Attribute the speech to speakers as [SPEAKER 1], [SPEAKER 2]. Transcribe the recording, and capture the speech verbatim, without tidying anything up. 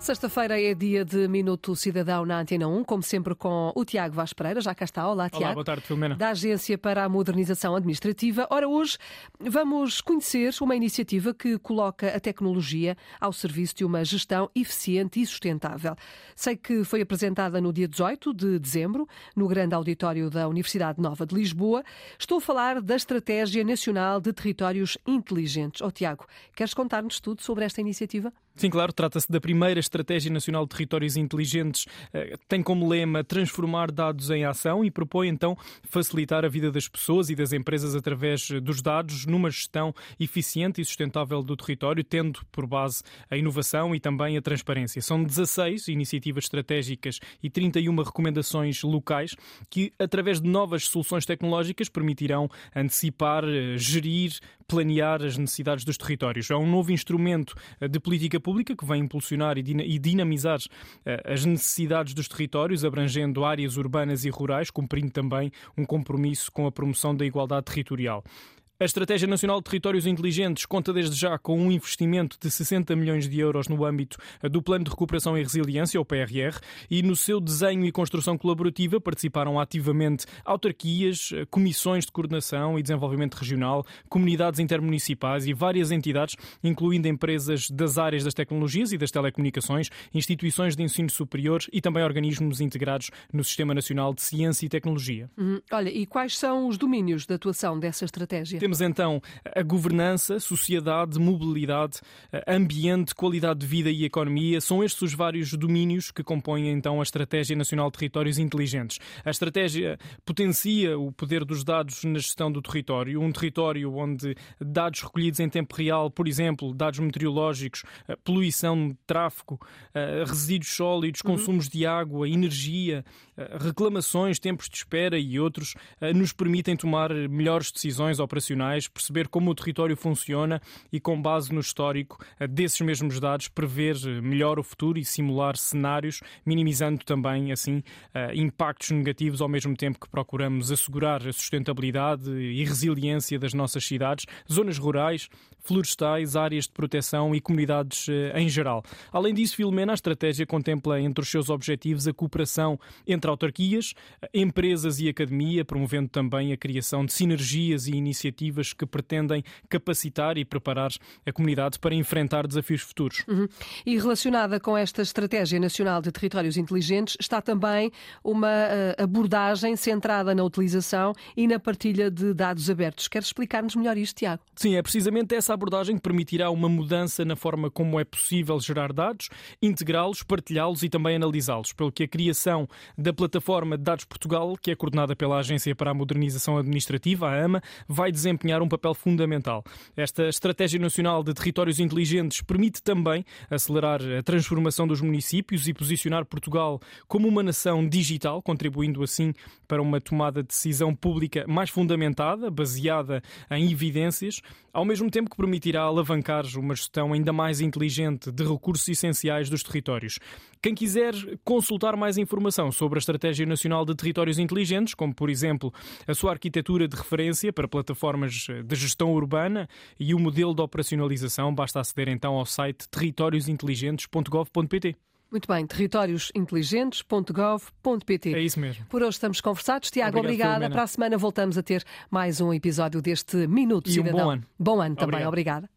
[SPEAKER 1] Sexta-feira é dia de Minuto Cidadão na Antena um, como sempre com o Tiago Vaz Pereira. Já cá está. Olá, Tiago.
[SPEAKER 2] Olá, boa tarde, Filomena.
[SPEAKER 1] Da Agência para a Modernização Administrativa. Ora, hoje vamos conhecer uma iniciativa que coloca a tecnologia ao serviço de uma gestão eficiente e sustentável. Sei que foi apresentada no dia dezoito de dezembro, no grande auditório da Universidade Nova de Lisboa. Estou a falar da Estratégia Nacional de Territórios Inteligentes. Oh, Tiago, queres contar-nos tudo sobre esta iniciativa?
[SPEAKER 2] Sim, claro, trata-se da primeira Estratégia Nacional de Territórios Inteligentes. Tem como lema transformar dados em ação e propõe então facilitar a vida das pessoas e das empresas através dos dados numa gestão eficiente e sustentável do território, tendo por base a inovação e também a transparência. São dezasseis iniciativas estratégicas e trinta e uma recomendações locais que, através de novas soluções tecnológicas, permitirão antecipar, gerir, planear as necessidades dos territórios. É um novo instrumento de política pública que vai impulsionar e dinamizar as necessidades dos territórios, abrangendo áreas urbanas e rurais, cumprindo também um compromisso com a promoção da igualdade territorial. A Estratégia Nacional de Territórios Inteligentes conta desde já com um investimento de sessenta milhões de euros no âmbito do Plano de Recuperação e Resiliência, o P R R, e no seu desenho e construção colaborativa participaram ativamente autarquias, comissões de coordenação e desenvolvimento regional, comunidades intermunicipais e várias entidades, incluindo empresas das áreas das tecnologias e das telecomunicações, instituições de ensino superior e também organismos integrados no Sistema Nacional de Ciência e Tecnologia.
[SPEAKER 1] Hum, olha, e quais são os domínios de atuação dessa estratégia?
[SPEAKER 2] Temos então a governança, sociedade, mobilidade, ambiente, qualidade de vida e economia. São estes os vários domínios que compõem então a Estratégia Nacional de Territórios Inteligentes. A estratégia potencia o poder dos dados na gestão do território, um território onde dados recolhidos em tempo real, por exemplo, dados meteorológicos, poluição, tráfego, resíduos sólidos, consumos de água, energia, reclamações, tempos de espera e outros, nos permitem tomar melhores decisões operacionais, perceber como o território funciona e, com base no histórico desses mesmos dados, prever melhor o futuro e simular cenários, minimizando também, assim, impactos negativos ao mesmo tempo que procuramos assegurar a sustentabilidade e resiliência das nossas cidades, zonas rurais, florestais, áreas de proteção e comunidades em geral. Além disso, Filomena, a estratégia contempla entre os seus objetivos a cooperação entre autarquias, empresas e academia, promovendo também a criação de sinergias e iniciativas que pretendem capacitar e preparar a comunidade para enfrentar desafios futuros.
[SPEAKER 1] Uhum. E relacionada com esta Estratégia Nacional de Territórios Inteligentes está também uma uh, abordagem centrada na utilização e na partilha de dados abertos. Queres explicar-nos melhor isto, Tiago?
[SPEAKER 2] Sim, é precisamente essa abordagem que permitirá uma mudança na forma como é possível gerar dados, integrá-los, partilhá-los e também analisá-los, pelo que a criação da plataforma de Dados Portugal, que é coordenada pela Agência para a Modernização Administrativa, a AMA, vai desempenhar um papel fundamental. Esta Estratégia Nacional de Territórios Inteligentes permite também acelerar a transformação dos municípios e posicionar Portugal como uma nação digital, contribuindo assim para uma tomada de decisão pública mais fundamentada, baseada em evidências, ao mesmo tempo que permitirá alavancar uma gestão ainda mais inteligente de recursos essenciais dos territórios. Quem quiser consultar mais informação sobre a Estratégia Nacional de Territórios Inteligentes, como por exemplo a sua arquitetura de referência para plataformas de gestão urbana e o modelo de operacionalização, basta aceder então ao site territórios inteligentes ponto gov ponto pt.
[SPEAKER 1] Muito bem, territórios inteligentes ponto gov ponto pt.
[SPEAKER 2] É isso mesmo.
[SPEAKER 1] Por hoje estamos conversados. Tiago,
[SPEAKER 2] Obrigado,
[SPEAKER 1] obrigada.
[SPEAKER 2] Filomena.
[SPEAKER 1] Para a semana voltamos a ter mais um episódio deste Minuto
[SPEAKER 2] e
[SPEAKER 1] Cidadão.
[SPEAKER 2] Um bom ano.
[SPEAKER 1] Bom ano também,
[SPEAKER 2] Obrigado.
[SPEAKER 1] Obrigada.